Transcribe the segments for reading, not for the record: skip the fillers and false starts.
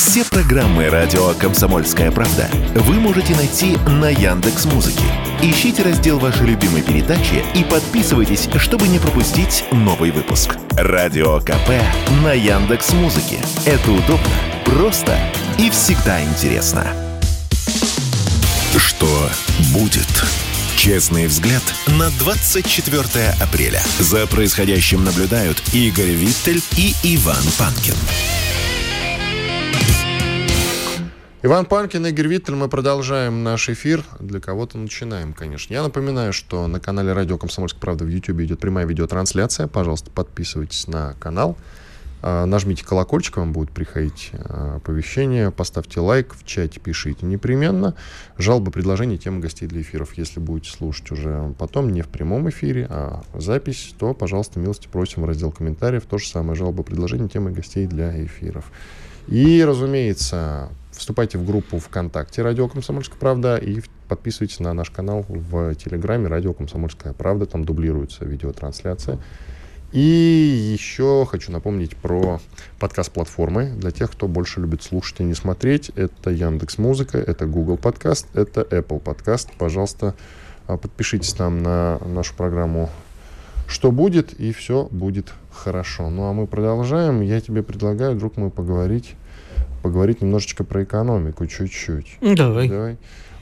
Все программы радио «Комсомольская правда» вы можете найти на Яндекс.Музыке. Ищите раздел вашей любимой передачи и подписывайтесь, чтобы не пропустить новый выпуск. Радио КП на Яндекс.Музыке. Это удобно, просто и всегда интересно. Что будет? Честный взгляд на 24 апреля. За происходящим наблюдают Игорь Виттель и Иван Панкин. Иван Панкин, Игорь Виттель. Мы продолжаем наш эфир. Для кого-то начинаем, конечно. Я напоминаю, что на канале радио «Комсомольская правда» в YouTube идет прямая видеотрансляция. Пожалуйста, подписывайтесь на канал. Нажмите колокольчик, вам будет приходить оповещение. Поставьте лайк, в чате пишите непременно. Жалобы, предложения, темы гостей для эфиров. Если будете слушать уже потом, не в прямом эфире, а запись, то, пожалуйста, милости просим в раздел комментариев. То же самое, жалобы, предложения, темы гостей для эфиров. И, разумеется, вступайте в группу ВКонтакте «Радио Комсомольская правда» и подписывайтесь на наш канал в Телеграме «Радио Комсомольская правда». Там дублируется видеотрансляция. И еще хочу напомнить про подкаст-платформы. Для тех, кто больше любит слушать и не смотреть, это Яндекс.Музыка, это Google Подкаст, это Apple Подкаст. Пожалуйста, подпишитесь там на нашу программу «Что будет?» и все будет хорошо. Ну, а мы продолжаем. Я тебе предлагаю, друг мой, поговорить немножечко про экономику, чуть-чуть. Давай.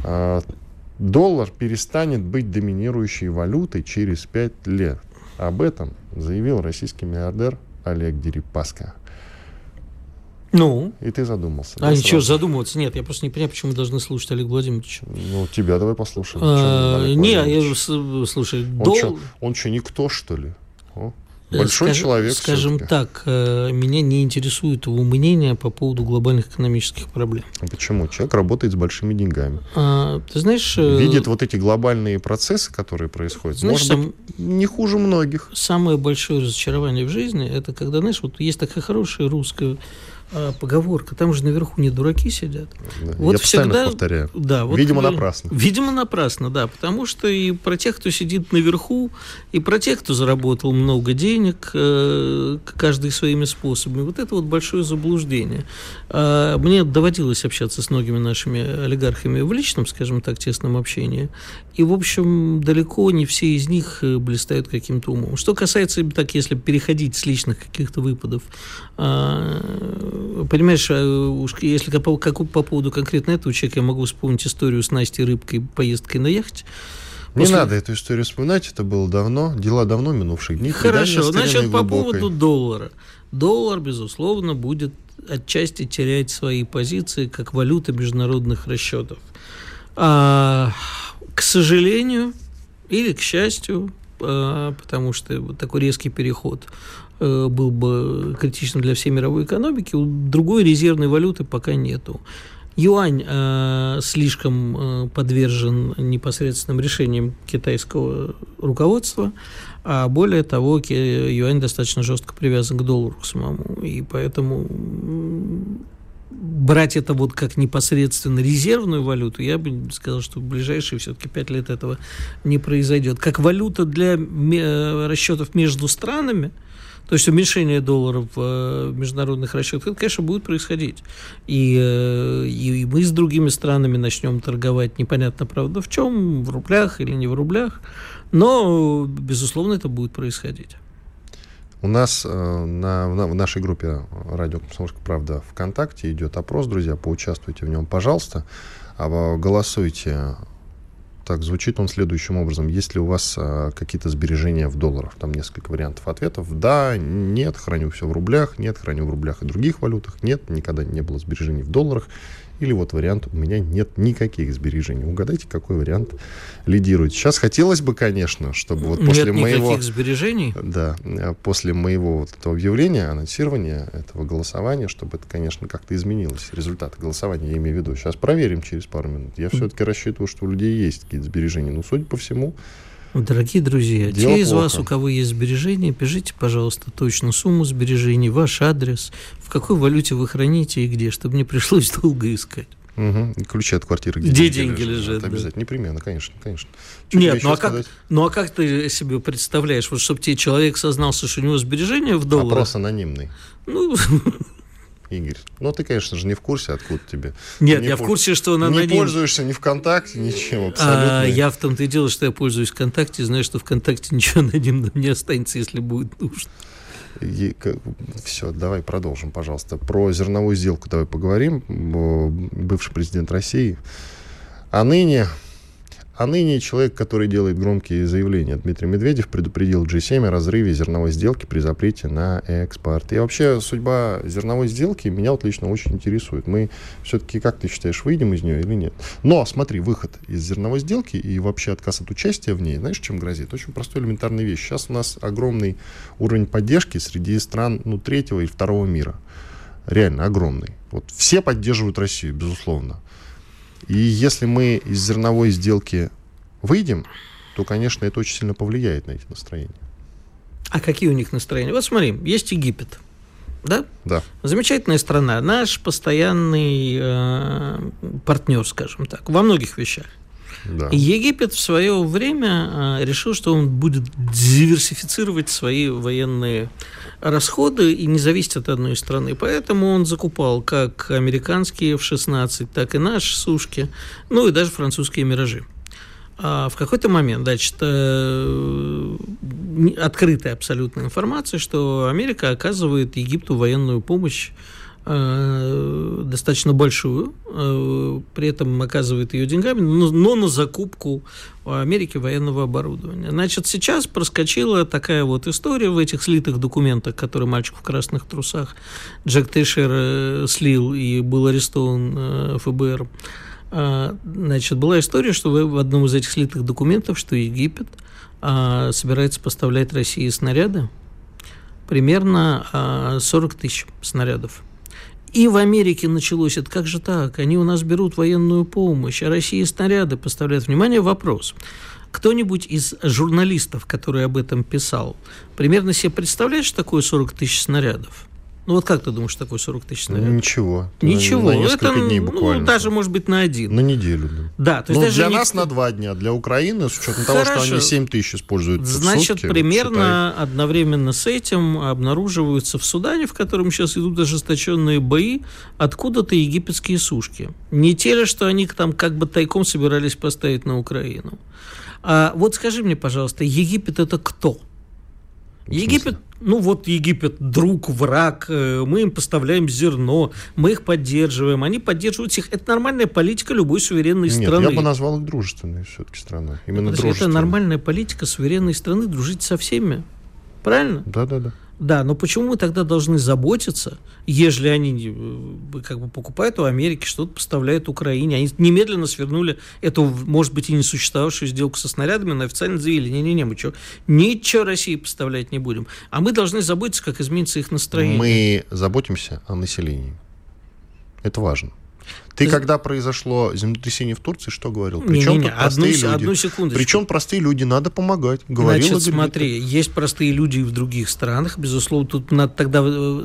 Доллар перестанет быть доминирующей валютой через 5 лет. Об этом заявил российский миллиардер Олег Дерипаска. Ну? И ты задумался. А ничего задумываться? Нет, я просто не понимаю, почему мы должны слушать Олега Владимировича. Ну, тебя давай послушаем. Слушай, он что, никто, что ли? Большой человек. Скажем так, меня не интересует его мнение по поводу глобальных экономических проблем. А почему? Человек работает с большими деньгами. Ты знаешь... Видит вот эти глобальные процессы, которые происходят. Знаешь, может быть, не хуже многих. Самое большое разочарование в жизни, это когда, знаешь, вот есть такая хорошая русская поговорка, там же наверху не дураки сидят. Да, вот я постоянно повторяю. Да, вот видимо, напрасно. Видимо, напрасно, да, потому что и про тех, кто сидит наверху, и про тех, кто заработал много денег, каждый своими способами. Вот это вот большое заблуждение. Мне доводилось общаться с многими нашими олигархами в личном, скажем так, тесном общении, и, в общем, далеко не все из них блистают каким-то умом. Что касается, так, если переходить с личных каких-то выпадов, понимаешь, уж если по поводу конкретно этого человека я могу вспомнить историю с Настей Рыбкой, поездкой на яхте. Не надо эту историю вспоминать, это было давно, дела давно минувших дней. Хорошо, значит, по поводу доллара. Доллар, безусловно, будет отчасти терять свои позиции как валюта международных расчетов. К сожалению или к счастью, потому что вот такой резкий переход был бы критичным для всей мировой экономики, другой резервной валюты пока нету. Юань слишком подвержен непосредственным решениям китайского руководства, а более того, юань достаточно жестко привязан к доллару к самому, и поэтому брать это вот как непосредственно резервную валюту, я бы сказал, что в ближайшие все-таки 5 лет этого не произойдет. Как валюта для расчетов между странами, то есть уменьшение долларов в международных расчетах, это, конечно, будет происходить. И мы с другими странами начнем торговать непонятно, правда, в чем, в рублях или не в рублях, но, безусловно, это будет происходить. У нас в нашей группе «Радио Комсомольская правда» ВКонтакте идет опрос, друзья, поучаствуйте в нем, пожалуйста, голосуйте. Так, звучит он следующим образом. Есть ли у вас какие-то сбережения в долларах? Там несколько вариантов ответов. Да, нет, храню все в рублях. Нет, храню в рублях и других валютах. Нет, никогда не было сбережений в долларах. Или вот вариант «у меня нет никаких сбережений». Угадайте, какой вариант лидирует. Сейчас хотелось бы, конечно, чтобы вот после моего... Нет никаких сбережений? Да, после моего вот этого объявления, анонсирования этого голосования, чтобы это, конечно, как-то изменилось. Результаты голосования, я имею в виду. Сейчас проверим через пару минут. Я все-таки рассчитываю, что у людей есть какие-то сбережения. Но, судя по всему... Дорогие друзья, те из вас, у кого есть сбережения, пишите, пожалуйста, точно сумму сбережений, ваш адрес, в какой валюте вы храните и где, чтобы не пришлось долго искать. Угу. Ключи от квартиры, где деньги лежат. Это обязательно, непременно, конечно. Нет, ну а как ты себе представляешь, вот чтобы тебе человек сознался, что у него сбережения в долларах? Опрос анонимный. Ну... Игорь. Ну, ты, конечно же, не в курсе, откуда тебе. Нет, я в курсе, что он аноним. Не пользуешься ни ВКонтакте, ничем абсолютно. Я в том-то и дело, что я пользуюсь ВКонтакте, и знаю, что ВКонтакте ничего анонимного не останется, если будет нужно. Все, давай продолжим, пожалуйста. Про зерновую сделку давай поговорим. Бывший президент России. А ныне человек, который делает громкие заявления, Дмитрий Медведев, предупредил G7 о разрыве зерновой сделки при запрете на экспорт. И вообще судьба зерновой сделки меня вот лично очень интересует. Мы все-таки, как ты считаешь, выйдем из нее или нет? Но смотри, выход из зерновой сделки и вообще отказ от участия в ней, знаешь, чем грозит? Очень простой элементарная вещь. Сейчас у нас огромный уровень поддержки среди стран третьего и второго мира. Реально огромный. Вот все поддерживают Россию, безусловно. И если мы из зерновой сделки выйдем, то, конечно, это очень сильно повлияет на эти настроения. А какие у них настроения? Вот смотри, есть Египет, да? Да. Замечательная страна, наш постоянный партнер, скажем так, во многих вещах. Да. И Египет в свое время решил, что он будет диверсифицировать свои военные расходы и не зависеть от одной страны. Поэтому он закупал как американские F-16, так и наши сушки, ну и даже французские «Миражи». А в какой-то момент, значит, открытая абсолютная информация, что Америка оказывает Египту военную помощь, достаточно большую, при этом оказывает ее деньгами, но на закупку в Америке военного оборудования. Значит, сейчас проскочила такая вот история в этих слитых документах, которые мальчик в красных трусах Джек Тэшер слил и был арестован ФБР. Значит, была история, что в одном из этих слитых документов, что Египет собирается поставлять России снаряды, примерно 40 тысяч снарядов. И в Америке началось это, как же так? Они у нас берут военную помощь, а Россия снаряды поставляет. Внимание, вопрос. Кто-нибудь из журналистов, который об этом писал, примерно себе представляет, что такое 40 тысяч снарядов? Ну вот как ты думаешь, что такое 40 тысяч снарядов? Ничего. Ничего. На несколько дней буквально. Даже, может быть, на один. На неделю. Да. То есть даже для нас на 2 дня, для Украины, с учетом того, что они 7 тысяч используют в сутки. Значит, примерно одновременно с этим обнаруживаются в Судане, в котором сейчас идут ожесточенные бои, откуда-то египетские сушки. Не те ли, что они там как бы тайком собирались поставить на Украину. А вот скажи мне, пожалуйста, Египет — это кто? Египет, Египет друг, враг, мы им поставляем зерно, мы их поддерживаем, они поддерживают всех. Это нормальная политика любой суверенной страны. Нет, я бы назвал их дружественной все-таки страной. Именно дружественной. Это нормальная политика суверенной страны, дружить со всеми. Правильно? Да. Да, но почему мы тогда должны заботиться, ежели они как бы покупают у Америки, что-то поставляют Украине? Они немедленно свернули эту, может быть, и не существовавшую сделку со снарядами, но официально заявили, не-не-не, мы ничего России поставлять не будем. А мы должны заботиться, как изменится их настроение. Мы заботимся о населении. Это важно. Ты, когда произошло землетрясение в Турции, что говорил? Причем простые люди. Одну секундочку. Причем простые люди, надо помогать. Значит, смотри, есть простые люди и в других странах. Безусловно, тут надо тогда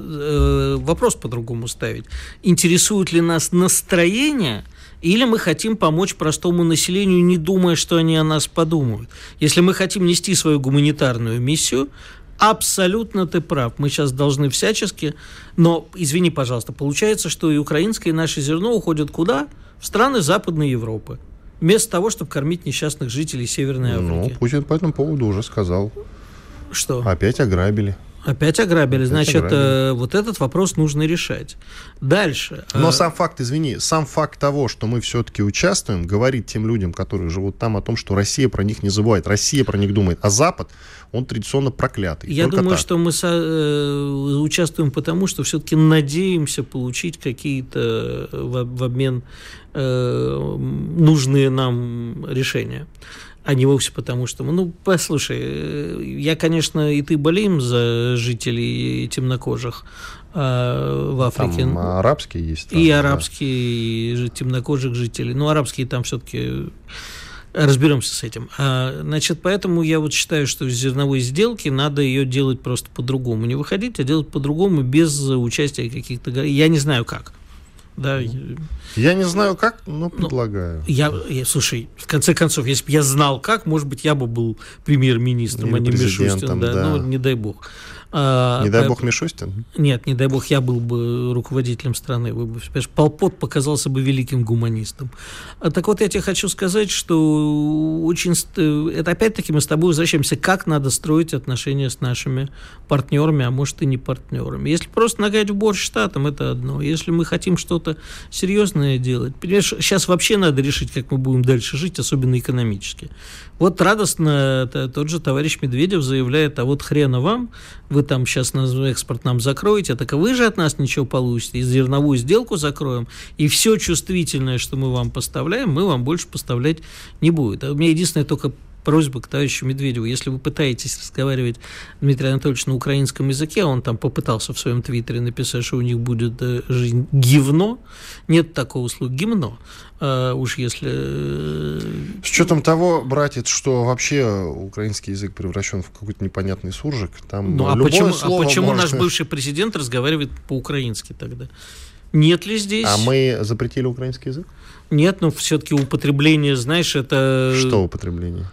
вопрос по-другому ставить. Интересует ли нас настроение, или мы хотим помочь простому населению, не думая, что они о нас подумают? Если мы хотим нести свою гуманитарную миссию, абсолютно ты прав. Мы сейчас должны всячески... Но, извини, пожалуйста, получается, что и украинское, и наше зерно уходят куда? В страны Западной Европы. Вместо того, чтобы кормить несчастных жителей Северной Африки. Путин по этому поводу уже сказал. Что? Опять ограбили. Опять ограбили. Значит, вот этот вопрос нужно решать. Дальше. Но сам факт того, что мы все-таки участвуем, говорит тем людям, которые живут там, о том, что Россия про них не забывает, Россия про них думает, а Запад, он традиционно проклятый. Я думаю, что мы участвуем потому, что все-таки надеемся получить какие-то в обмен нужные нам решения. А не вовсе потому, что мы... послушай, я, конечно, и ты болеем за жителей темнокожих в Африке. Там арабские есть. И арабские, и темнокожих жителей. Арабские там все-таки... Разберемся с этим. Значит, поэтому я вот считаю, что из зерновой сделки надо ее делать просто по-другому. Не выходить, а делать по-другому, без участия каких-то... Я не знаю как. Да. Я не знаю как, но предлагаю. Слушай, в конце концов, если бы я знал как, может быть, я бы был премьер-министром, а не Мишустин. Да. Не дай бог. Не дай бог Мишустин? Нет, не дай бог, я был бы руководителем страны. Пол Пот показался бы великим гуманистом. Так вот, я тебе хочу сказать, что это опять-таки мы с тобой возвращаемся, как надо строить отношения с нашими партнерами, а может и не партнерами. Если просто нагонять в борщ штатам, это одно. Если мы хотим что-то серьезное делать, понимаешь, сейчас вообще надо решить, как мы будем дальше жить, особенно экономически. Вот радостно тот же товарищ Медведев заявляет, а вот хрена вам, вы там сейчас экспорт нам закроете, так вы же от нас ничего получите, и зерновую сделку закроем, и все чувствительное, что мы вам поставляем, мы вам больше поставлять не будем. У меня единственное только просьба к товарищу Медведеву. Если вы пытаетесь разговаривать, Дмитрий Анатольевич, на украинском языке, он там попытался в своем твиттере написать, что у них будет жизнь гивно. Нет такого слова гимно. Уж если... С учетом того, братец, что вообще украинский язык превращен в какой-то непонятный суржик, там почему наш бывший президент разговаривает по-украински тогда? Нет ли здесь... А мы запретили украинский язык? Нет, но все-таки употребление, знаешь, это... Что употребление?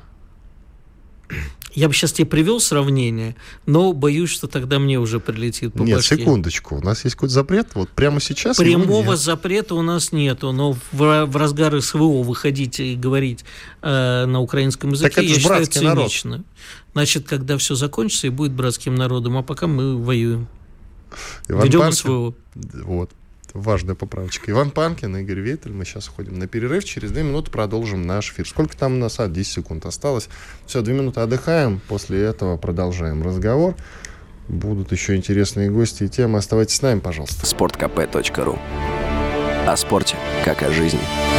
Я бы сейчас тебе привел сравнение, но боюсь, что тогда мне уже прилетит по башке. Секундочку, у нас есть какой-то запрет? Вот прямо сейчас? Прямого запрета у нас нету, но в разгар СВО выходить и говорить на украинском языке, я считаю, цинично. Народ. Значит, когда все закончится и будет братским народом, а пока мы воюем. Ведем СВО. Вот. Важная поправочка. Иван Панкин, Игорь Виттель. Мы сейчас уходим на перерыв. Через 2 минуты продолжим наш эфир. Сколько там у нас? 10 секунд осталось. Все, 2 минуты отдыхаем. После этого продолжаем разговор. Будут еще интересные гости и темы. Оставайтесь с нами, пожалуйста. sportkp.ru. О спорте, как о жизни.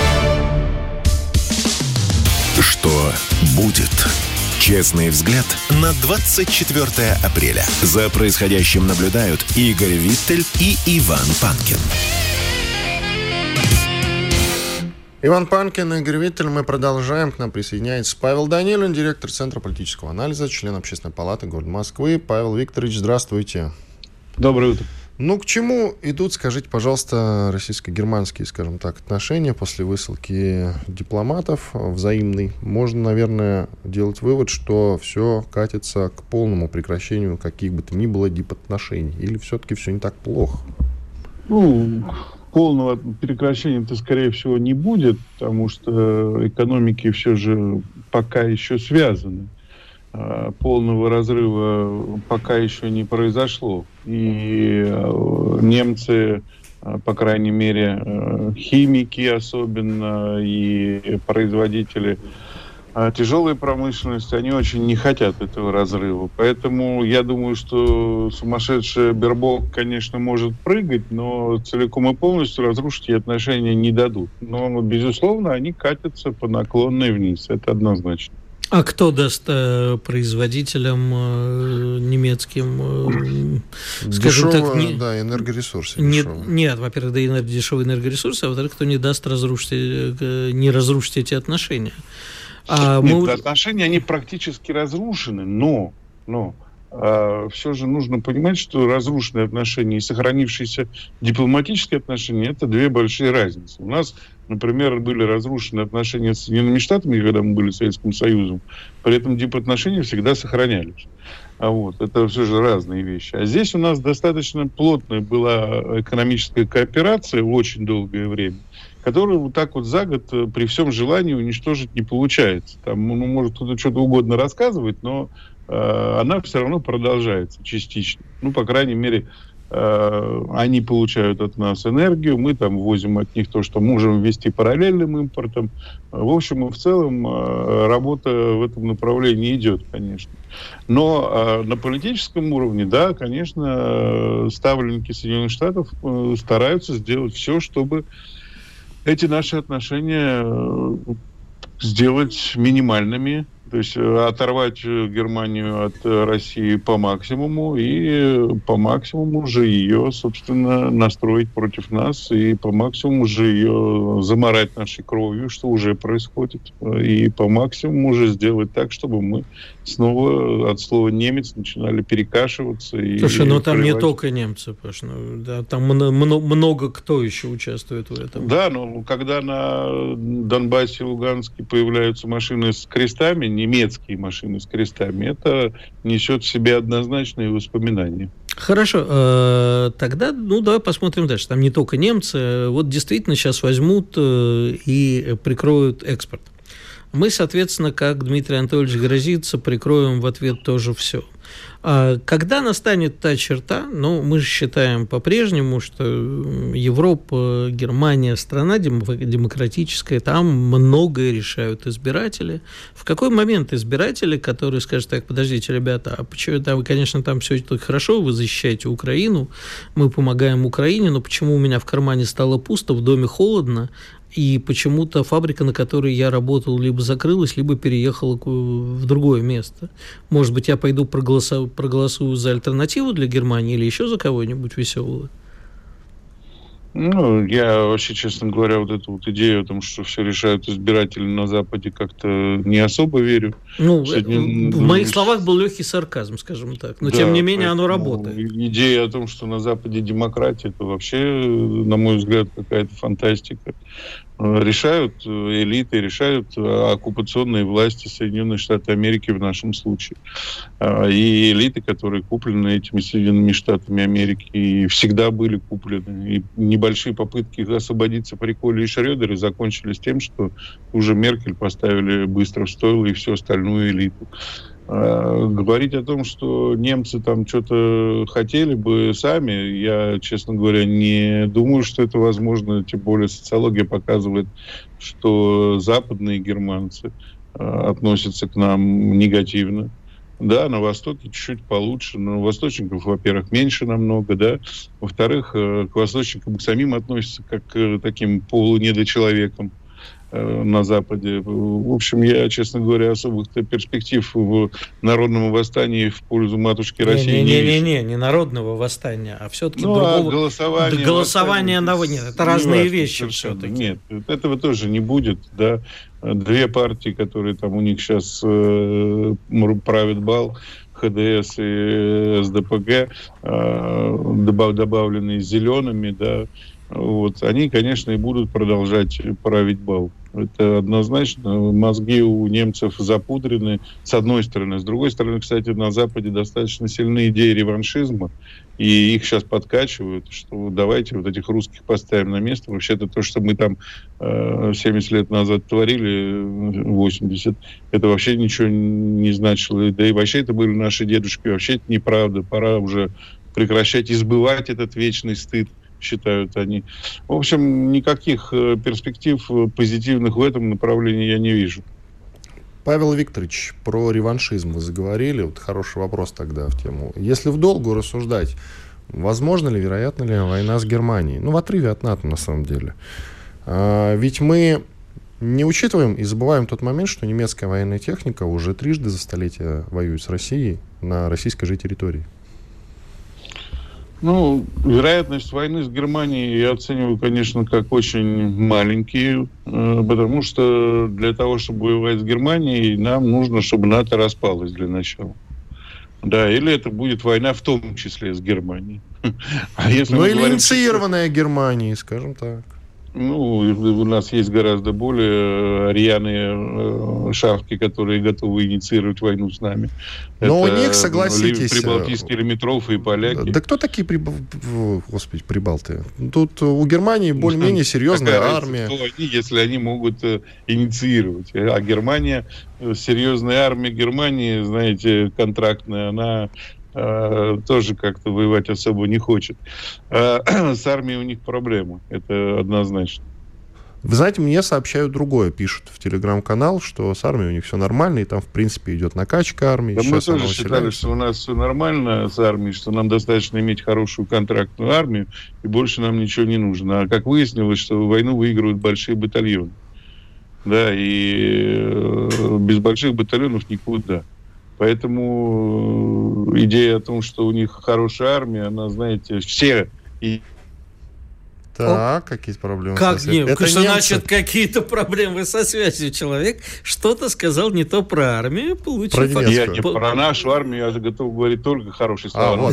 Что будет? Честный взгляд на 24 апреля. За происходящим наблюдают Игорь Виттель и Иван Панкин. Иван Панкин, Игорь Виттель. Мы продолжаем. К нам присоединяется Павел Данилин, директор Центра политического анализа, член Общественной палаты города Москвы. Павел Викторович, здравствуйте. Доброе утро. Ну, к чему идут, скажите, пожалуйста, российско-германские, скажем так, отношения после высылки дипломатов взаимной? Можно, наверное, делать вывод, что все катится к полному прекращению каких бы то ни было дипотношений. Или все-таки все не так плохо? Полного прекращения-то, скорее всего, не будет, потому что экономики все же пока еще связаны. Полного разрыва пока еще не произошло. И немцы, по крайней мере, химики особенно, и производители тяжелой промышленности, они очень не хотят этого разрыва. Поэтому я думаю, что сумасшедший Бербок, конечно, может прыгать, но целиком и полностью разрушить ей отношения не дадут. Но, безусловно, они катятся по наклонной вниз. Это однозначно. А кто даст производителям немецким, скажем так, энергоресурсы? Нет, во-первых, дешевые энергоресурсы, а во-вторых, кто не даст не разрушить эти отношения? Отношения, они практически разрушены, но все же нужно понимать, что разрушенные отношения и сохранившиеся дипломатические отношения – это две большие разницы. У нас, например, были разрушены отношения с Соединенными Штатами, когда мы были Советским Союзом, при этом дипотношения всегда сохранялись. Это все же разные вещи. А здесь у нас достаточно плотная была экономическая кооперация очень долгое время, которую вот так вот за год при всем желании уничтожить не получается. Там, может кто-то что-то угодно рассказывать, но она все равно продолжается частично. По крайней мере, они получают от нас энергию, мы там ввозим от них то, что можем ввести параллельным импортом. В общем и в целом работа в этом направлении идет, конечно. Но на политическом уровне, да, конечно, ставленники Соединенных Штатов стараются сделать все, чтобы эти наши отношения сделать минимальными, То есть оторвать Германию от России по максимуму и по максимуму же ее, собственно, настроить против нас и по максимуму же ее заморать нашей кровью, что уже происходит, и по максимуму же сделать так, чтобы мы снова от слова «немец» начинали перекашиваться. Слушай, но там не только немцы, Паш, да, там много кто еще участвует в этом. Да, но когда на Донбассе и Луганске появляются машины с крестами, немецкие машины с крестами, это несет в себе однозначные воспоминания. Хорошо, тогда, давай посмотрим дальше. Там не только немцы, вот действительно сейчас возьмут и прикроют экспорт. Мы, соответственно, как Дмитрий Анатольевич грозится, прикроем в ответ тоже все. Когда настанет та черта, мы же считаем по-прежнему, что Европа, Германия страна демократическая, там многое решают избиратели. В какой момент избиратели, которые скажут: так, подождите, ребята, а почему там, конечно, там все так хорошо, вы защищаете Украину, мы помогаем Украине, но почему у меня в кармане стало пусто, в доме холодно, и почему-то фабрика, на которой я работал, либо закрылась, либо переехала в другое место. Может быть, я пойду проголосую за альтернативу для Германии или еще за кого-нибудь веселого? Я вообще, честно говоря, вот эту вот идею о том, что все решают избиратели на Западе, как-то не особо верю. В моих словах был легкий сарказм, скажем так. Но, тем не менее, оно работает. Идея о том, что на Западе демократия, это вообще, на мой взгляд, какая-то фантастика. Решают элиты, решают оккупационные власти Соединенных Штатов Америки в нашем случае. И элиты, которые куплены этими Соединенными Штатами Америки, и всегда были куплены. И небольшие попытки их освободиться при Коле и Шрёдере закончились тем, что уже Меркель поставили быстро в стойло и всю остальную элиту. Говорить о том, что немцы там что-то хотели бы сами, я, честно говоря, не думаю, что это возможно. Тем более социология показывает, что западные германцы относятся к нам негативно. Да, на Востоке чуть-чуть получше, но восточников, во-первых, меньше намного, да. Во-вторых, к восточникам самим относятся как к таким полунедочеловекам на Западе. В общем, я, честно говоря, особых перспектив в народном восстании в пользу матушки России не вижу. Не народного восстания, а все-таки другого. Голосование нет, это разные вещи все-таки. Нет, этого тоже не будет, да. Две партии, которые там у них сейчас правят бал, ХДС и СДПГ, добавленные зелеными, да, вот, они, конечно, и будут продолжать править бал. Это однозначно. Мозги у немцев запудрены, с одной стороны. С другой стороны, кстати, на Западе достаточно сильные идеи реваншизма, и их сейчас подкачивают, что давайте вот этих русских поставим на место. Вообще-то то, что мы там 70 лет назад творили, 80, это вообще ничего не значило. Да и вообще это были наши дедушки. Вообще это неправда. Пора уже прекращать избывать этот вечный стыд, считают они. В общем, никаких перспектив позитивных в этом направлении я не вижу. Павел Викторович, про реваншизм вы заговорили. Вот хороший вопрос тогда в тему. Если в долгу рассуждать, возможно ли, вероятно ли война с Германией? В отрыве от НАТО, на самом деле. Ведь мы не учитываем и забываем тот момент, что немецкая военная техника уже трижды за столетие воюет с Россией на российской же территории. Вероятность войны с Германией я оцениваю, конечно, как очень маленькие, потому что для того, чтобы воевать с Германией, нам нужно, чтобы НАТО распалось для начала. Да, или это будет война в том числе с Германией. Или инициированная Германией, скажем так. У нас есть гораздо более рьяные шавки, которые готовы инициировать войну с нами. Но у них, согласитесь... Прибалтийские лимитрофы и поляки. Да кто такие прибалты? Тут у Германии более-менее серьезная армия. Кто они, если они могут инициировать? А Германия, серьезная армия Германии, знаете, контрактная, она... тоже как-то воевать особо не хочет. С армией у них проблемы. Это однозначно. Вы знаете, мне сообщают другое. Пишут в телеграм-канал, что с армией у них все нормально, и там, в принципе, идет накачка армии. Да мы тоже считали, что у нас все нормально с армией, что нам достаточно иметь хорошую контрактную армию, и больше нам ничего не нужно. А как выяснилось, что войну выигрывают большие батальоны. да, и без больших батальонов никуда. Поэтому идея о том, что у них хорошая армия, она, знаете, все... Так, какие проблемы со связью? Как что немцы. Значит, какие-то проблемы со связью? Человек что-то сказал не то про армию, получил... Я не про нашу армию, я готов говорить только хорошие слова.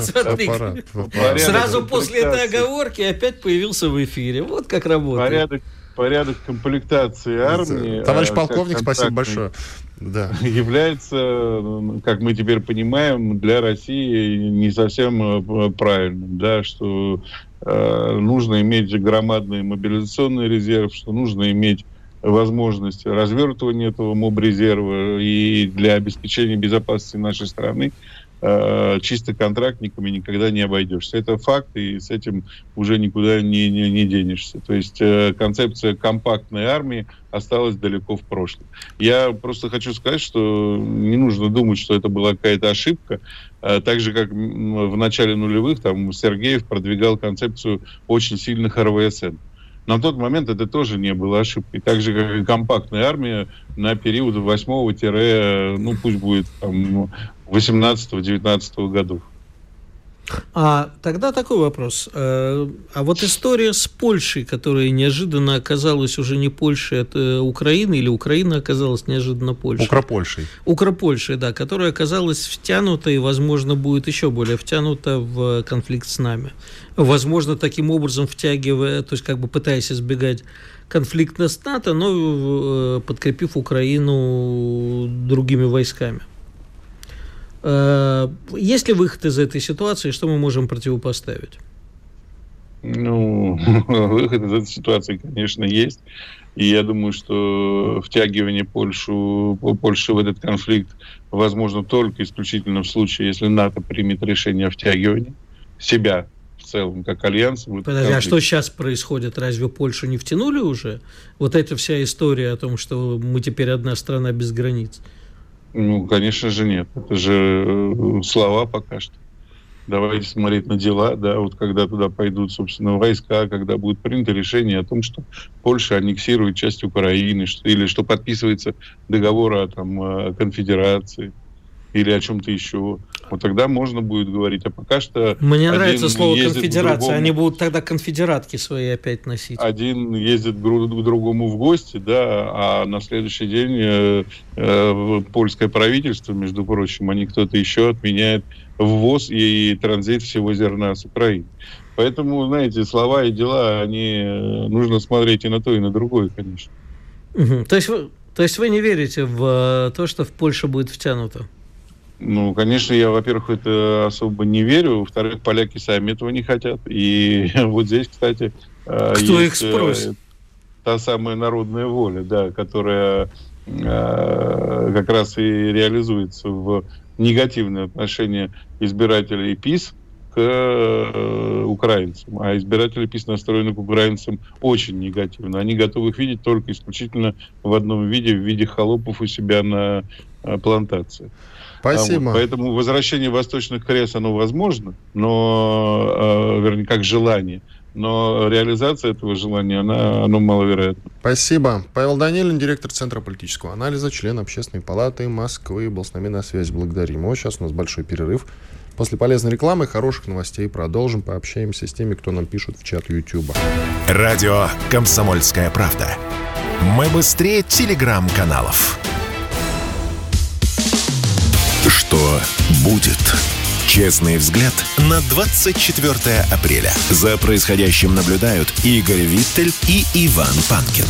Сразу после этой оговорки опять появился в эфире. Вот как работает. Порядок комплектации армии... Товарищ полковник, спасибо большое. Да. Является, как мы теперь понимаем, для России не совсем правильным, да, что нужно иметь громадный мобилизационный резерв, что нужно иметь возможность развертывания этого мобрезерва, и для обеспечения безопасности нашей страны чисто контрактниками никогда не обойдешься. Это факт, и с этим уже никуда не денешься. То есть концепция компактной армии осталась далеко в прошлом. Я просто хочу сказать, что не нужно думать, что это была какая-то ошибка. Так же, как в начале нулевых, там Сергеев продвигал концепцию очень сильных РВСН. На тот момент это тоже не было ошибкой. Так же, как и компактная армия на период 8-, ну пусть будет там 18-19 годов. Тогда такой вопрос. А вот история с Польшей, которая неожиданно оказалась уже не Польшей, а Украины, или Украина оказалась неожиданно Польшей? Укропольшей, да, которая оказалась втянута и, возможно, будет еще более втянута в конфликт с нами. Возможно, таким образом втягивая, то есть как бы пытаясь избегать конфликта с НАТО, но подкрепив Украину другими войсками. Есть ли выход из этой ситуации, что мы можем противопоставить? Ну, выход из этой ситуации, конечно, есть. И я думаю, что втягивание Польши в этот конфликт возможно только исключительно в случае, если НАТО примет решение о втягивании себя в целом, как альянс. Подожди, а что сейчас происходит? Разве Польшу не втянули уже? Вот эта вся история о том, что мы теперь одна страна без границ. Ну, конечно же, нет. Это же слова пока что. Давайте смотреть на дела, да, вот когда туда пойдут, собственно, войска, когда будет принято решение о том, что Польша аннексирует часть Украины, или что подписывается договор о конфедерации, или о чем-то еще. Вот тогда можно будет говорить. А пока что... Мне нравится слово конфедерация. Они будут тогда конфедератки свои опять носить. Один ездит к другому в гости, да, а на следующий день польское правительство, между прочим, кто-то еще отменяет ввоз и транзит всего зерна с Украины. Поэтому, знаете, слова и дела, нужно смотреть и на то, и на другое, конечно. Угу. То есть вы не верите в то, что в Польшу будет втянуто? Ну, конечно, я, во-первых, это особо не верю. Во-вторых, поляки сами этого не хотят. И вот здесь, кстати, кто их спросит? Та самая народная воля, да, которая как раз и реализуется в негативное отношение избирателей ПиС к украинцам. А избиратели ПиС настроены к украинцам очень негативно. Они готовы их видеть только исключительно в одном виде, в виде холопов у себя на плантации. Спасибо. Поэтому возвращение восточных крес, оно возможно, но, вернее, как желание. Но реализация этого желания, оно маловероятна. Спасибо. Павел Данилин, директор Центра политического анализа, член Общественной палаты Москвы, был с нами на связи. Благодарим его. Сейчас у нас большой перерыв. После полезной рекламы и хороших новостей продолжим. Пообщаемся с теми, кто нам пишет в чат Ютуба. Радио «Комсомольская правда». Мы быстрее телеграм-каналов. Что будет? Честный взгляд на 24 апреля. За происходящим наблюдают Игорь Виттель и Иван Панкин.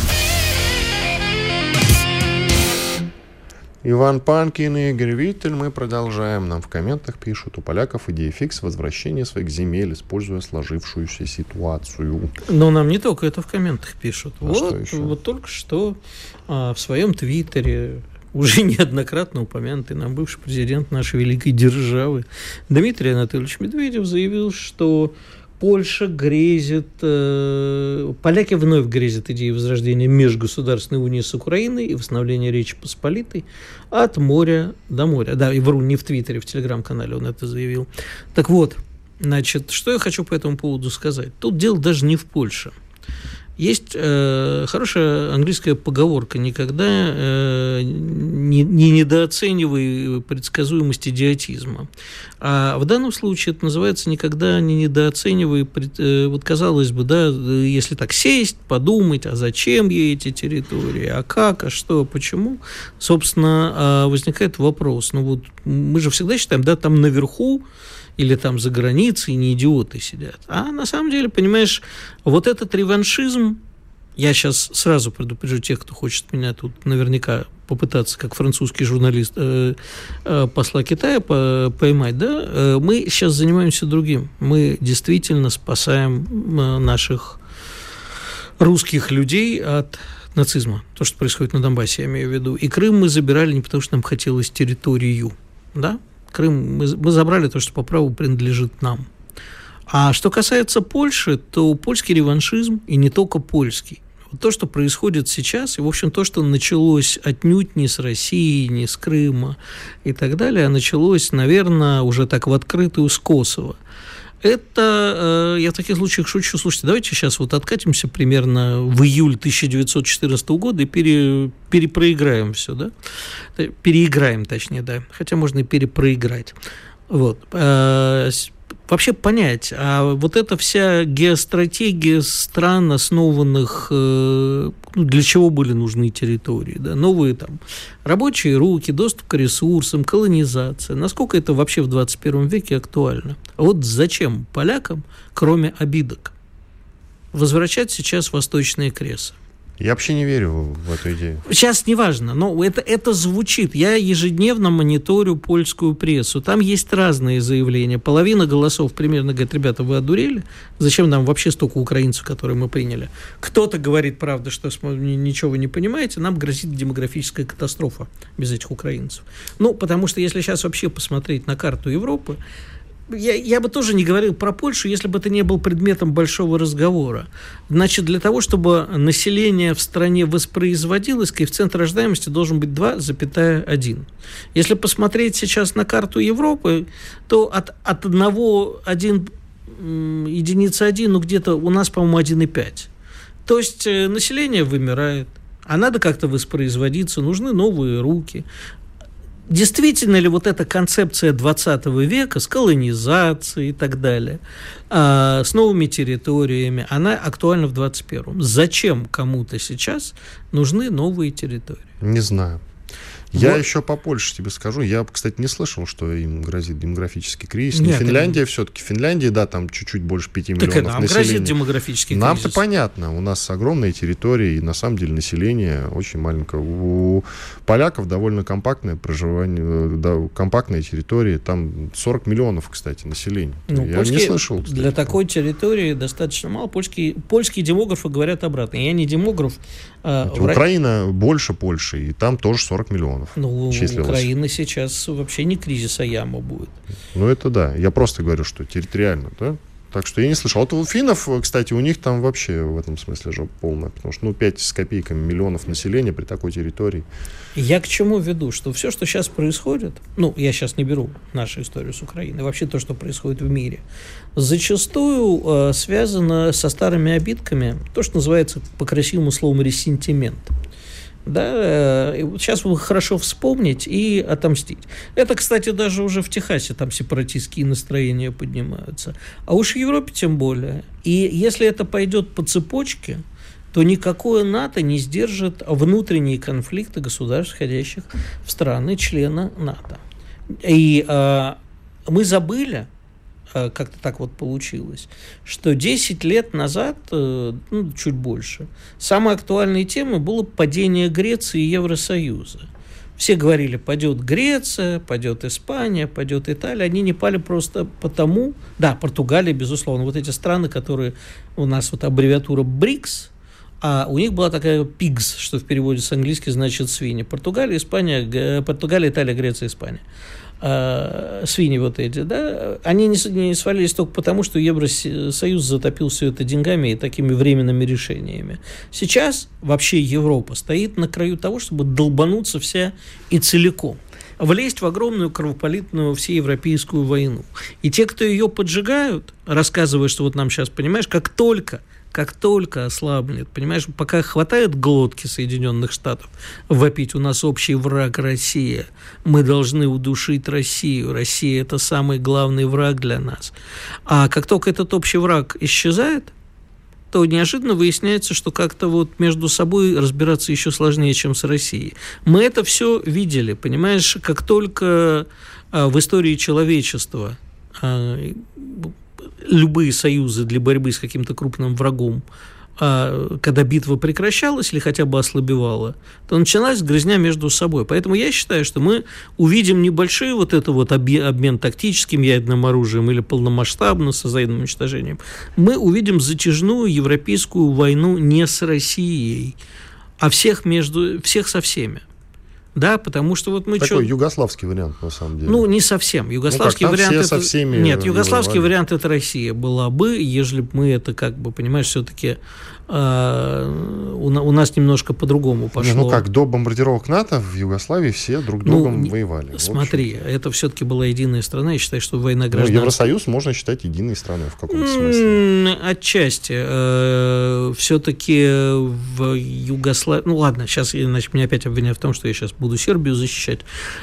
Иван Панкин и Игорь Виттель. Мы продолжаем. Нам в комментах пишут: у поляков идея фикс возвращение своих земель, используя сложившуюся ситуацию. Но нам не только это в комментах пишут. Вот только что в своем твиттере уже неоднократно упомянутый нам бывший президент нашей великой державы Дмитрий Анатольевич Медведев заявил, что Польша грезит, поляки вновь грезят идеей возрождения межгосударственной унии с Украиной и восстановления Речи Посполитой от моря до моря. Да, и вру, не в Твиттере, в Телеграм-канале он это заявил. Так вот, значит, что я хочу по этому поводу сказать. Тут дело даже не в Польше. Есть хорошая английская поговорка: никогда не недооценивай предсказуемость идиотизма. А в данном случае это называется никогда не недооценивай, вот казалось бы, да, если так сесть, подумать, а зачем ей эти территории, а как, а что, почему, собственно, возникает вопрос. Ну вот мы же всегда считаем, да, там наверху или там за границей не идиоты сидят. А на самом деле, понимаешь, вот этот реваншизм, я сейчас сразу предупрежу тех, кто хочет меня тут наверняка попытаться, как французский журналист, посла Китая поймать, да, мы сейчас занимаемся другим. Мы действительно спасаем наших русских людей от нацизма. То, что происходит на Донбассе, я имею в виду. И Крым мы забирали не потому, что нам хотелось территорию, да? Крым мы забрали то, что по праву принадлежит нам. А что касается Польши, то польский реваншизм, и не только польский, вот то, что происходит сейчас, и, в общем, то, что началось отнюдь не с России, не с Крыма и так далее, а началось, наверное, уже так в открытую с Косово. Это, я в таких случаях шучу, слушайте, давайте сейчас вот откатимся примерно в июль 1914 года и перепроиграем все, да? Переиграем, точнее, да, хотя можно и перепроиграть. Вот. Вообще понять, а вот эта вся геостратегия стран, основанных, для чего были нужны территории, да, новые там рабочие руки, доступ к ресурсам, колонизация, насколько это вообще в 21 веке актуально? А вот зачем полякам, кроме обидок, возвращать сейчас восточные кресы? Я вообще не верю в эту идею. Сейчас не важно, но это звучит. Я ежедневно мониторю польскую прессу. Там есть разные заявления. Половина голосов примерно говорит: ребята, вы одурели? Зачем нам вообще столько украинцев, которые мы приняли? Кто-то говорит, правда, что ничего вы не понимаете, нам грозит демографическая катастрофа без этих украинцев. Ну, потому что если сейчас вообще посмотреть на карту Европы, я бы тоже не говорил про Польшу, если бы это не был предметом большого разговора. Значит, для того, чтобы население в стране воспроизводилось, коэффициент рождаемости должен быть 2,1. Если посмотреть сейчас на карту Европы, то от 1,1, ну где-то у нас, по-моему, 1,5. То есть население вымирает, а надо как-то воспроизводиться, нужны новые руки. Действительно ли вот эта концепция 20 века с колонизацией и так далее, с новыми территориями, она актуальна в 21-м? Зачем кому-то сейчас нужны новые территории? Не знаю. Я еще по Польше тебе скажу. Я, кстати, не слышал, что им грозит демографический кризис. Не Финляндия все-таки. Финляндия, да, там чуть-чуть больше 5 миллионов населения. Так нам грозит демографический кризис. Нам-то понятно. У нас огромные территории, и на самом деле население очень маленькое. У поляков довольно компактное проживание, да, компактные территории. Там 40 миллионов, кстати, населения. Ну, я не слышал. Кстати, для такой территории достаточно мало. Польские демографы говорят обратно. Я не демограф. Украина больше Польши, и там тоже 40 миллионов. Ну, Украина сейчас вообще не кризис, а яма будет. Ну, это да. Я просто говорю, что территориально, да? Так что я не слышал. Вот у финнов, кстати, у них там вообще в этом смысле же полная, потому что, 5 с копейками миллионов населения при такой территории. Я к чему веду? Что все, что сейчас происходит, я сейчас не беру нашу историю с Украиной, вообще то, что происходит в мире, зачастую связано со старыми обидками, то, что называется по-красивому словом ресентимент. Да, и вот сейчас хорошо вспомнить и отомстить. Это, кстати, даже уже в Техасе там сепаратистские настроения поднимаются. А уж в Европе тем более. И если это пойдет по цепочке, то никакое НАТО не сдержит внутренние конфликты государств, входящих в страны-члены НАТО. И мы забыли, как-то так вот получилось, что 10 лет назад, чуть больше, самой актуальной темой было падение Греции и Евросоюза. Все говорили: падет Греция, падет Испания, падет Италия. Они не пали просто потому... Да, Португалия, безусловно. Вот эти страны, которые у нас вот аббревиатура БРИКС, а у них была такая ПИГС, что в переводе с английского значит свиньи. Португалия, Италия, Греция, Испания. Свиньи вот эти, да, они не свалились только потому, что Евросоюз затопил все это деньгами и такими временными решениями. Сейчас вообще Европа стоит на краю того, чтобы долбануться вся и целиком, влезть в огромную кровопролитную всеевропейскую войну. И те, кто ее поджигают, рассказывая, что вот нам сейчас, понимаешь, как только как только ослабнет, понимаешь, пока хватает глотки Соединенных Штатов вопить, у нас общий враг Россия, мы должны удушить Россию, Россия – это самый главный враг для нас. А как только этот общий враг исчезает, то неожиданно выясняется, что как-то вот между собой разбираться еще сложнее, чем с Россией. Мы это все видели, понимаешь, как только в истории человечества любые союзы для борьбы с каким-то крупным врагом, когда битва прекращалась или хотя бы ослабевала, то началась грызня между собой. Поэтому я считаю, что мы увидим небольшой вот это вот обмен тактическим ядерным оружием или полномасштабно с взаимным уничтожением. Мы увидим затяжную европейскую войну не с Россией, а всех со всеми. Да, потому что вот мы... Такой югославский вариант, на самом деле. Ну, не совсем. Югославский вариант... Все со всеми Нет, югославский вариант это Россия была бы, ежели бы мы это, как бы, понимаешь, все-таки у нас немножко по-другому пошло. Ну как, до бомбардировок НАТО в Югославии все друг другом воевали. Смотри, это все-таки была единая страна, я считаю, что война гражданская... Евросоюз можно считать единой страной в каком-то смысле. Отчасти. Все-таки в Югославии... Ну ладно, сейчас, иначе меня опять обвиняют в том, что я сейчас буду Сербию защищать.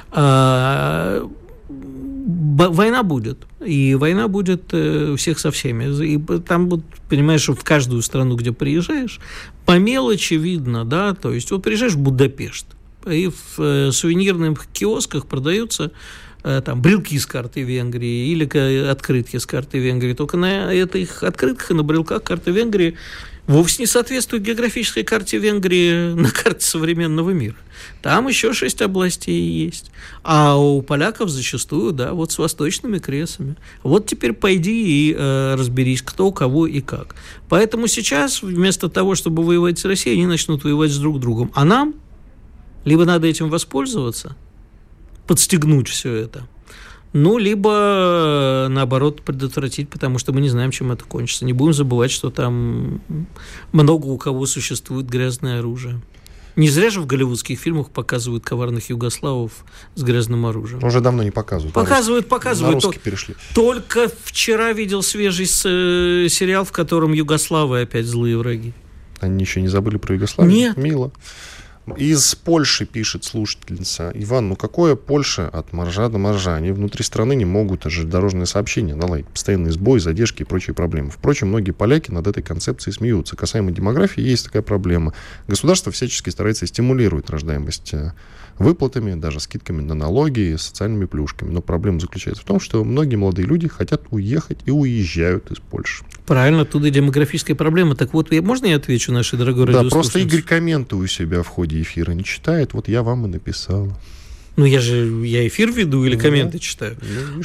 Война будет. И война будет всех со всеми. И там, понимаешь, в каждую страну, где приезжаешь, по мелочи видно, да, то есть вот приезжаешь в Будапешт, и в сувенирных киосках продаются там брелки с карты Венгрии или открытки с карты Венгрии. Только на этих открытках и на брелках карты Венгрии вовсе не соответствует географической карте Венгрии на карте современного мира. Там еще 6 областей есть. А у поляков зачастую, да, вот с восточными кресами. Вот теперь пойди и разберись, кто, кого и как. Поэтому сейчас вместо того, чтобы воевать с Россией, они начнут воевать с друг другом. А нам либо надо этим воспользоваться, подстегнуть все это, ну, либо, наоборот, предотвратить, потому что мы не знаем, чем это кончится. Не будем забывать, что там много у кого существует грязное оружие. Не зря же в голливудских фильмах показывают коварных югославов с грязным оружием. Уже давно не показывают. Показывают. На русский перешли. Только вчера видел свежий сериал, в котором югославы опять злые враги. Они еще не забыли про Югославию? Нет. Мило. Из Польши пишет слушательница: Иван, ну какое Польша от моржа до моржа? Они внутри страны не могут железнодорожные сообщения наладить. Постоянные сбои, задержки и прочие проблемы. Впрочем, многие поляки над этой концепцией смеются. Касаемо демографии, есть такая проблема. Государство всячески старается стимулировать рождаемость выплатами, даже скидками на налоги и социальными плюшками. Но проблема заключается в том, что многие молодые люди хотят уехать и уезжают из Польши. Правильно, оттуда и демографическая проблема. Так вот, можно я отвечу нашей дорогой радиослушательнице? Да, просто Игорь комменты у себя в ходе эфира не читает. Вот я вам и написал. Ну, я эфир веду или комменты читаю?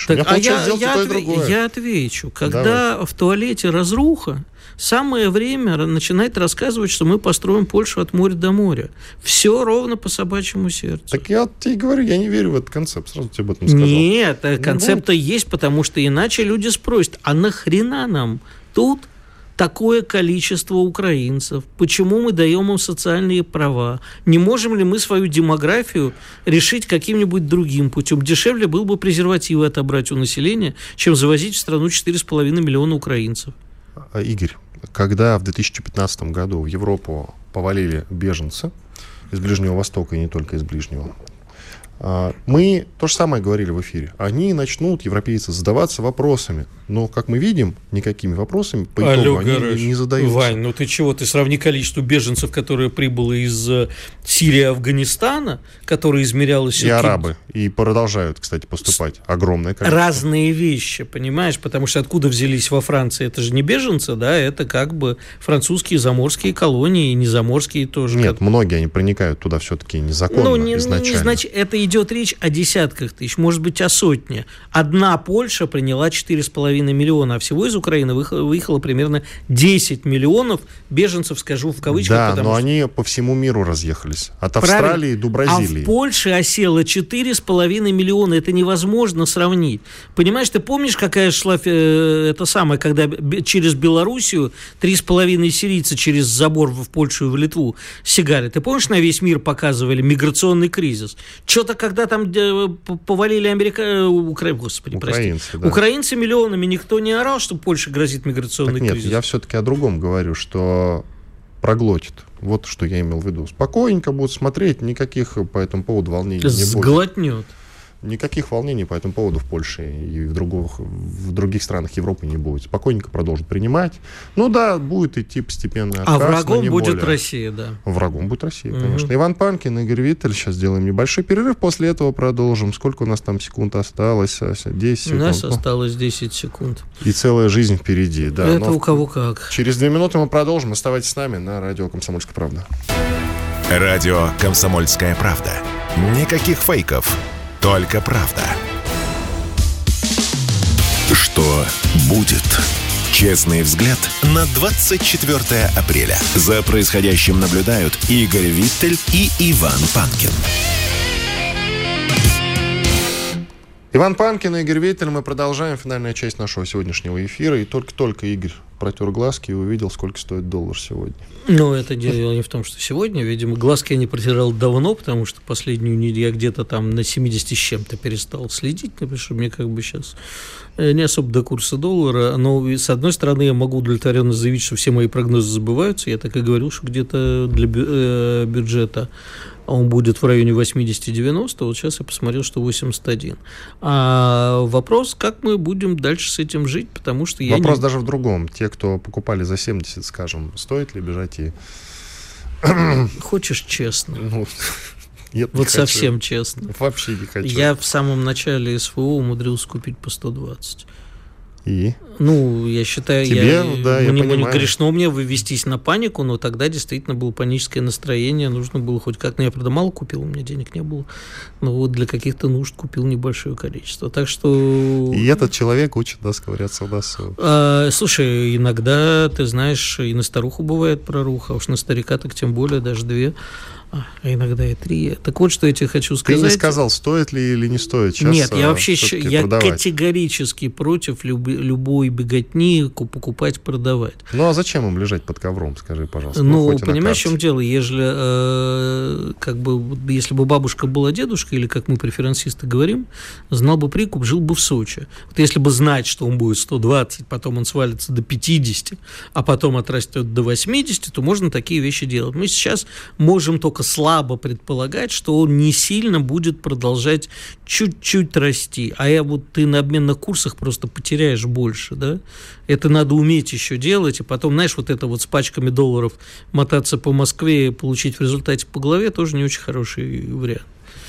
Я отвечу. Когда в туалете разруха, самое время начинать рассказывать, что мы построим Польшу от моря до моря. Все ровно по собачьему сердцу. Так я тебе говорю, я не верю в этот концепт. Сразу тебе об этом сказал. Нет, концепт-то есть, потому что иначе люди спросят, а нахрена нам тут такое количество украинцев? Почему мы даем им социальные права? Не можем ли мы свою демографию решить каким-нибудь другим путем? Дешевле было бы презервативы отобрать у населения, чем завозить в страну 4,5 миллиона украинцев. Игорь, когда в 2015 году в Европу повалили беженцы из Ближнего Востока и не только из Ближнего, мы то же самое говорили в эфире. Они начнут, европейцы, задаваться вопросами. Но, как мы видим, никакими вопросами по итогу они не задаются. Вань, ну ты чего? Ты сравни количество беженцев, которые прибыло из Сирии и Афганистана, которые измерялось... И арабы. И продолжают, кстати, поступать. Огромное количество. Разные вещи, понимаешь? Потому что откуда взялись во Франции? Это же не беженцы, да? Это как бы французские заморские колонии, и незаморские тоже. Нет, многие они проникают туда все-таки незаконно изначально. Значит, это идет речь о десятках тысяч, может быть, о сотне. Одна Польша приняла 4,5 миллиона, а всего из Украины выехало примерно 10 миллионов беженцев, скажу в кавычках. Да, но они по всему миру разъехались. От Австралии до Бразилии. А в Польше осело 4,5 миллиона. Это невозможно сравнить. Понимаешь, ты помнишь, какая шла когда через Белоруссию 3,5 сирийца через забор в Польшу и в Литву сигали? Ты помнишь, на весь мир показывали миграционный кризис? Что-то когда там повалили украинцы, да. Украинцы миллионами, никто не орал, что Польше грозит миграционный кризис. Нет, я все-таки о другом говорю, что проглотит. Вот что я имел в виду. Спокойненько будут смотреть, никаких по этому поводу волнений не будет. Сглотнет. Никаких волнений по этому поводу в Польше и в других странах Европы не будет. Спокойненько продолжат принимать. Ну да, будет идти постепенно отказ. А врагом будет Россия, да. Врагом будет Россия, конечно. Иван Панкин, Игорь Виттель. Сейчас сделаем небольшой перерыв. После этого продолжим. Сколько у нас там секунд осталось? 10 секунд. У нас осталось 10 секунд. И целая жизнь впереди. Да. Это у кого как. Через 2 минуты мы продолжим. Оставайтесь с нами на радио «Комсомольская правда». Радио «Комсомольская правда». Никаких фейков. Только правда. Что будет? Честный взгляд на 24 апреля. За происходящим наблюдают Игорь Виттель и Иван Панкин. Иван Панкин и Игорь Виттель. Мы продолжаем финальная часть нашего сегодняшнего эфира. И только Игорь протер глазки и увидел, сколько стоит доллар сегодня. Ну, это дело не в том, что сегодня. Видимо, глазки я не протирал давно, потому что последнюю неделю я где-то там на 70 с чем-то перестал следить, потому что мне как бы сейчас не особо до курса доллара. Но, с одной стороны, я могу удовлетворенно заявить, что все мои прогнозы забываются. Я так и говорил, что где-то для бюджета он будет в районе 80-90, вот сейчас я посмотрел, что 81. А вопрос, как мы будем дальше с этим жить, потому что я вопрос даже в другом. Те, кто покупали за 70, скажем, стоит ли бежать и... Хочешь честно? Ну, нет, вот совсем честно. Вообще не хочу. Я в самом начале СВО умудрился купить по 120. И? Ну, я считаю, мне грешно мне вывестись на панику, но тогда действительно было паническое настроение, нужно было хоть как-то, я, правда, мало купил, у меня денег не было, но вот для каких-то нужд купил небольшое количество, так что... И этот человек учит нас ковыряться в носу. Слушай, иногда, ты знаешь, и на старуху бывает проруха, а уж на старика так тем более, даже 2. А иногда и 3. Так вот, что я тебе хочу сказать. Ты не сказал, стоит ли или не стоит сейчас. Нет, я вообще продавать. Категорически против любой беготни покупать, продавать. Ну, а зачем им лежать под ковром, скажи, пожалуйста? Ну, понимаешь, в чем дело? Если бы бабушка была дедушка, или, как мы преферансисты говорим, знал бы прикуп, жил бы в Сочи. Вот если бы знать, что он будет 120, потом он свалится до 50, а потом отрастет до 80, то можно такие вещи делать. Мы сейчас можем только слабо предполагать, что он не сильно будет продолжать чуть-чуть расти. А ты на обменных курсах просто потеряешь больше, да? Это надо уметь еще делать, и потом, знаешь, вот это вот с пачками долларов мотаться по Москве и получить в результате по голове тоже не очень хороший вариант.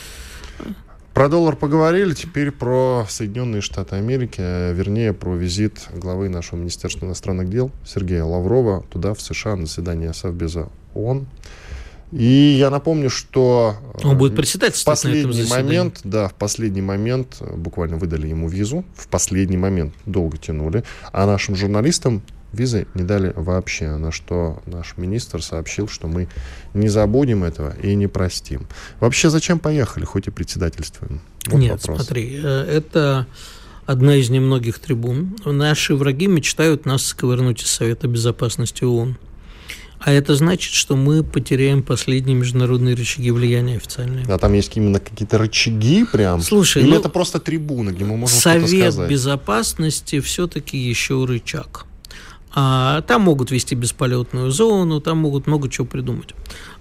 Про доллар поговорили, теперь про Соединенные Штаты Америки, вернее, про визит главы нашего Министерства иностранных дел Сергея Лаврова туда, в США, на заседание Совбеза ООН. И я напомню, что он будет председательствовать на этом заседании. В последний момент буквально выдали ему визу, в последний момент долго тянули, а нашим журналистам визы не дали вообще, на что наш министр сообщил, что мы не забудем этого и не простим. Вообще, зачем поехали, хоть и председательствуем? Вот Нет, вопрос. Смотри, это одна из немногих трибун. Наши враги мечтают нас сковырнуть из Совета Безопасности ООН. А это значит, что мы потеряем последние международные рычаги влияния официальные. А там есть именно какие-то рычаги прям? Слушай, или это просто трибуна, где мы можем что-то сказать? Совет Безопасности все-таки еще рычаг. Там могут вести бесполетную зону, там могут много чего придумать.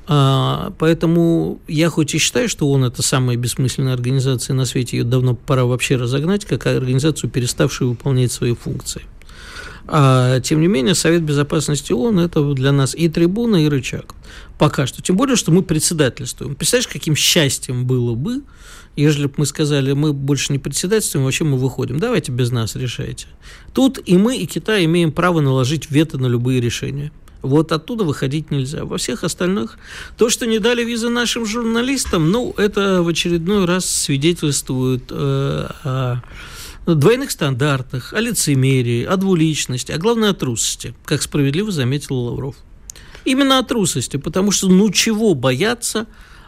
Поэтому я хоть и считаю, что ООН – это самая бессмысленная организация на свете, ее давно пора вообще разогнать, как организацию, переставшую выполнять свои функции. Тем не менее, Совет Безопасности ООН – это для нас и трибуна, и рычаг. Пока что. Тем более, что мы председательствуем. Представляешь, каким счастьем было бы, если бы мы сказали, мы больше не председательствуем, вообще мы выходим. Давайте без нас решайте. Тут и мы, и Китай имеем право наложить вето на любые решения. Вот оттуда выходить нельзя. Во всех остальных то, что не дали визы нашим журналистам, это в очередной раз свидетельствует о двойных стандартах, о лицемерии, о двуличности, а главное о трусости, как справедливо заметил Лавров. Именно о трусости, потому что чего бояться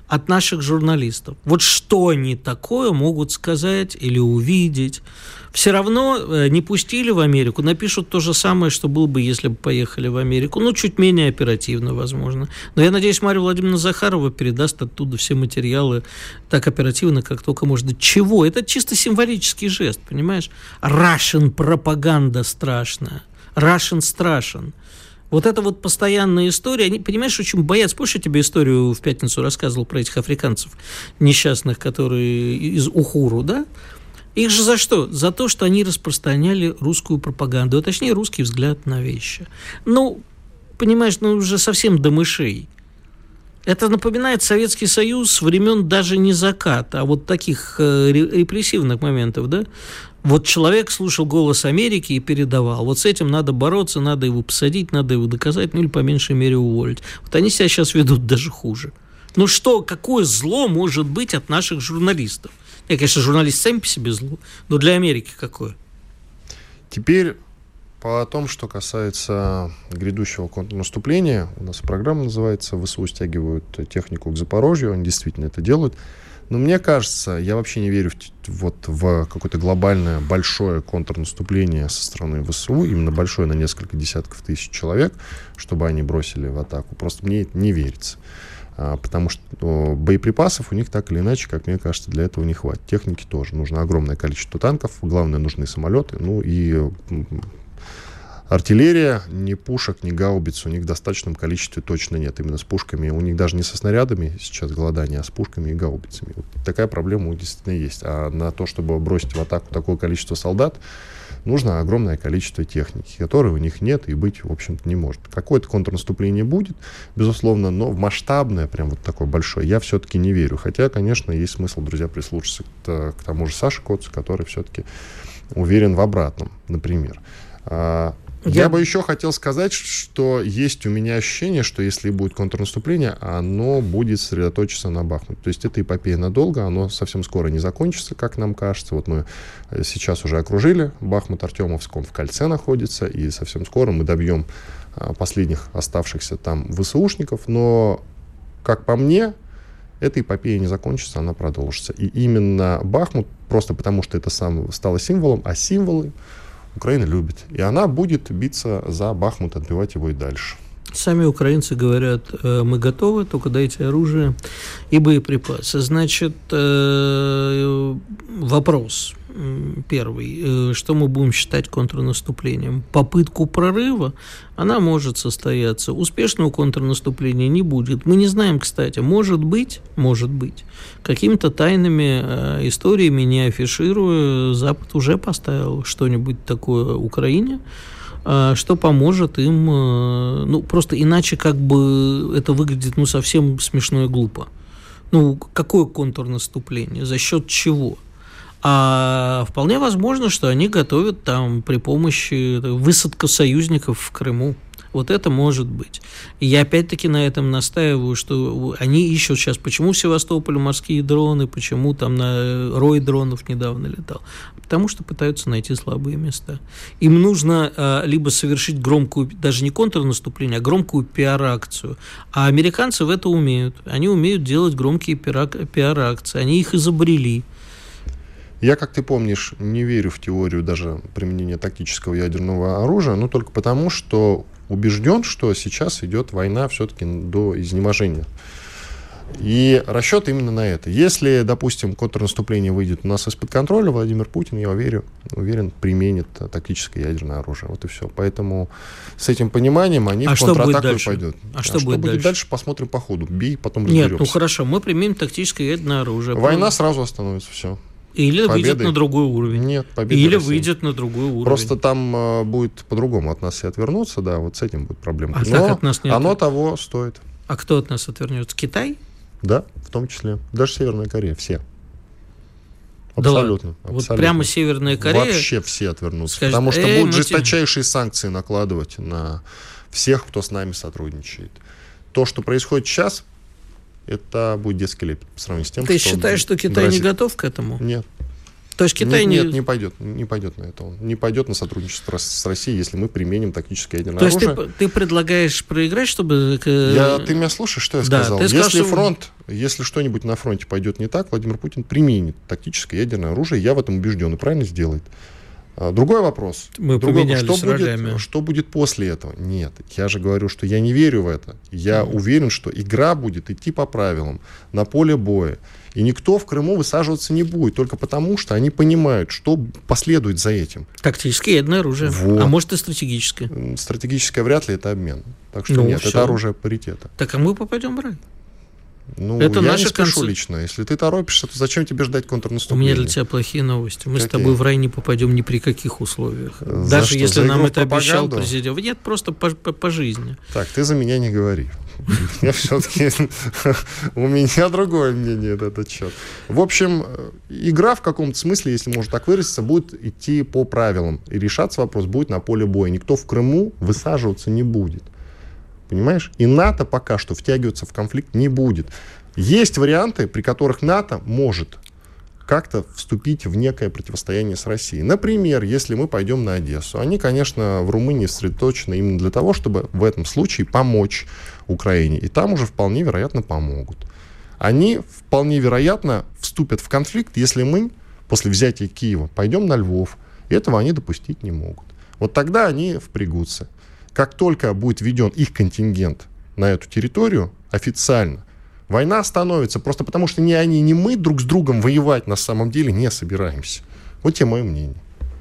от наших журналистов. Вот что они такое могут сказать или увидеть? Все равно не пустили в Америку, напишут то же самое, что было бы, если бы поехали в Америку. Ну, чуть менее оперативно, возможно. Но я надеюсь, Марья Владимировна Захарова передаст оттуда все материалы так оперативно, как только можно. Чего? Это чисто символический жест, понимаешь? Russian пропаганда страшная. Russian страшен. Вот это вот постоянная история. Они, понимаешь, очень боятся. Помнишь, я тебе историю в пятницу рассказывал про этих африканцев несчастных, которые из Ухуру, да? Их же за что? За то, что они распространяли русскую пропаганду, а точнее русский взгляд на вещи. Ну, понимаешь, уже совсем до мышей. Это напоминает Советский Союз времен даже не заката, а вот таких репрессивных моментов, да? Вот человек слушал «Голос Америки» и передавал. Вот с этим надо бороться, надо его посадить, надо его доказать, ну или по меньшей мере уволить. Вот они себя сейчас ведут даже хуже. Ну что, какое зло может быть от наших журналистов? Я, конечно, журналисты сами по себе зло, но для Америки какое? Теперь по тому, что касается грядущего контрнаступления, у нас программа называется «ВСУ стягивают технику к Запорожью», они действительно это делают. Но мне кажется, я вообще не верю в какое-то глобальное большое контрнаступление со стороны ВСУ, именно большое на несколько десятков тысяч человек, чтобы они бросили в атаку. Просто мне это не верится. Потому что боеприпасов у них так или иначе, как мне кажется, для этого не хватит. Техники тоже. Нужно огромное количество танков, главное, нужны самолеты, ну и артиллерия, ни пушек, ни гаубиц у них в достаточном количестве точно нет. Именно с пушками, у них даже не со снарядами сейчас голодание, а с пушками и гаубицами. Вот такая проблема у них действительно есть. А на то, чтобы бросить в атаку такое количество солдат, нужно огромное количество техники, которой у них нет и быть, в общем-то, не может. Какое-то контрнаступление будет, безусловно, но в масштабное, прям вот такое большое, я все-таки не верю. Хотя, конечно, есть смысл, друзья, прислушаться к тому же Саше Коцу, который все-таки уверен в обратном, например. Я бы еще хотел сказать, что есть у меня ощущение, что если будет контрнаступление, оно будет сосредоточиться на Бахмуте. То есть это эпопея надолго, оно совсем скоро не закончится, как нам кажется. Вот мы сейчас уже окружили Бахмут, Артемовск, он в кольце находится, и совсем скоро мы добьем последних оставшихся там ВСУшников. Но, как по мне, эта эпопея не закончится, она продолжится. И именно Бахмут, просто потому что это стало символом, а символы Украина любит. И она будет биться за Бахмут, отбивать его и дальше. Сами украинцы говорят, мы готовы, только дайте оружие и боеприпасы. Значит, вопрос первый. Что мы будем считать контрнаступлением? Попытку прорыва, она может состояться. Успешного контрнаступления не будет. Мы не знаем, кстати, может быть, какими-то тайными историями, не афишируя, Запад уже поставил что-нибудь такое Украине, что поможет им, просто иначе как бы это выглядит, совсем смешно и глупо. Какое контрнаступление? За счет чего? А вполне возможно, что они готовят там при помощи высадки союзников в Крыму. Вот это может быть. И я опять-таки на этом настаиваю, что они ищут сейчас, почему в Севастополе морские дроны, почему там на рой дронов недавно летал. Потому что пытаются найти слабые места. Им нужно либо совершить громкую, даже не контрнаступление, а громкую пиар-акцию. А американцы в это умеют. Они умеют делать громкие пиар-акции. Они их изобрели. Я, как ты помнишь, не верю в теорию даже применения тактического ядерного оружия, но только потому, что убежден, что сейчас идет война все-таки до изнеможения. И расчет именно на это. Если, допустим, контрнаступление выйдет у нас из-под контроля, Владимир Путин, я уверен, применит тактическое ядерное оружие. Вот и все. Поэтому с этим пониманием они в контратаку и пойдут. Что будет дальше? Посмотрим по ходу. Бей, потом разберемся. Нет, хорошо, мы применим тактическое ядерное оружие. Война сразу остановится, все. Или выйдет на другой уровень. Нет, победа Или России. Выйдет на другой уровень. Просто там будет по-другому от нас все отвернуться, да, вот с этим будет проблема. А так от нас нет. Оно того стоит. А кто от нас отвернется? Китай? Да, в том числе. Даже Северная Корея, все. Абсолютно. Да вот прямо Северная Корея... Вообще все отвернутся. Скажет, потому что будут жесточайшие санкции накладывать на всех, кто с нами сотрудничает. То, что происходит сейчас, это будет детский лепет по сравнению с тем, Ты считаешь, что Китай не готов к этому? Нет. То есть Китай не пойдет на это. Он не пойдет на сотрудничество с Россией, если мы применим тактическое ядерное оружие. То есть ты предлагаешь проиграть, чтобы... Ты меня слушаешь, что я сказал? Если что-нибудь на фронте пойдет не так, Владимир Путин применит тактическое ядерное оружие. Я в этом убежден и правильно сделает. Другой вопрос. Что будет после этого? Нет, я же говорю, что я не верю в это. Я уверен, что игра будет идти по правилам, на поле боя. И никто в Крыму высаживаться не будет, только потому, что они понимают, что последует за этим. Тактическое ядерное оружие. Вот. А может и стратегическое. Стратегическое вряд ли это обмен. Так что нет, это оружие паритета. Так а мы попадем в рай. Это я не спешу лично. Если ты торопишься, то зачем тебе ждать контрнаступления? У меня для тебя плохие новости. Мы с тобой в рай не попадем ни при каких условиях. Даже если нам это обещал президент. Нет, просто по жизни. Так, ты за меня не говори. У меня другое мнение на этот счет. В общем, игра в каком-то смысле, если можно так выразиться, будет идти по правилам. И решаться вопрос будет на поле боя. Никто в Крыму высаживаться не будет. Понимаешь? И НАТО пока что втягиваться в конфликт не будет. Есть варианты, при которых НАТО может как-то вступить в некое противостояние с Россией. Например, если мы пойдем на Одессу. Они, конечно, в Румынии сосредоточены именно для того, чтобы в этом случае помочь Украине. И там уже вполне вероятно помогут. Они вполне вероятно вступят в конфликт, если мы после взятия Киева пойдем на Львов. И этого они допустить не могут. Вот тогда они впрягутся. Как только будет введен их контингент на эту территорию официально, война остановится, просто потому что ни они, ни мы друг с другом воевать на самом деле не собираемся. Вот тебе мое мнение.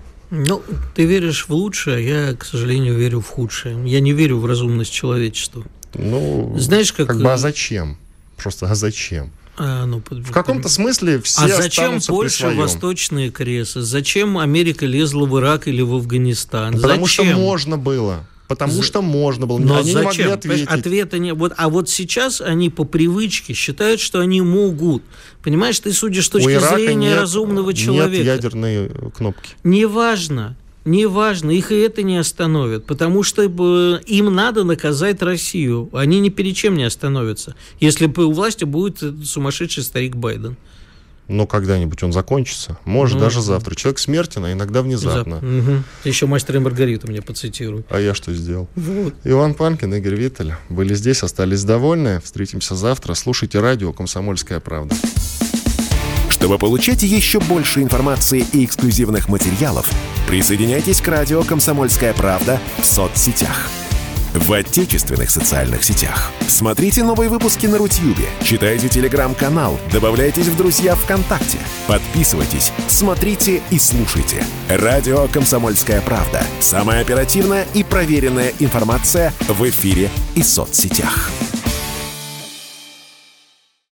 Ты веришь в лучшее, а я, к сожалению, верю в худшее. Я не верю в разумность человечества. Знаешь, а зачем? Просто а зачем? В каком-то смысле все останутся при своем. А зачем Польша, Восточные Кресы? Зачем Америка лезла в Ирак или в Афганистан? Потому что можно было. Потому что можно было. Но они зачем? Не могли ответить. Ответа не было. А вот сейчас они по привычке считают, что они могут. Понимаешь, ты судишь с точки зрения разумного человека. Нет ядерной кнопки. Неважно, их и это не остановит, потому что им надо наказать Россию. Они ни перед чем не остановятся, если у власти будет сумасшедший старик Байден. Но когда-нибудь он закончится. Может, даже завтра. Человек смертен, а иногда внезапно. Еще «Мастера и Маргариту» мне поцитируют. А я что сделал? Иван Панкин, Игорь Виттель были здесь, остались довольны. Встретимся завтра. Слушайте радио «Комсомольская правда». Чтобы получать еще больше информации и эксклюзивных материалов, присоединяйтесь к радио «Комсомольская правда» в соцсетях. В отечественных социальных сетях. Смотрите новые выпуски на Рутьюбе, читайте телеграм-канал, добавляйтесь в друзья ВКонтакте, подписывайтесь, смотрите и слушайте. Радио «Комсомольская правда». Самая оперативная и проверенная информация в эфире и соцсетях.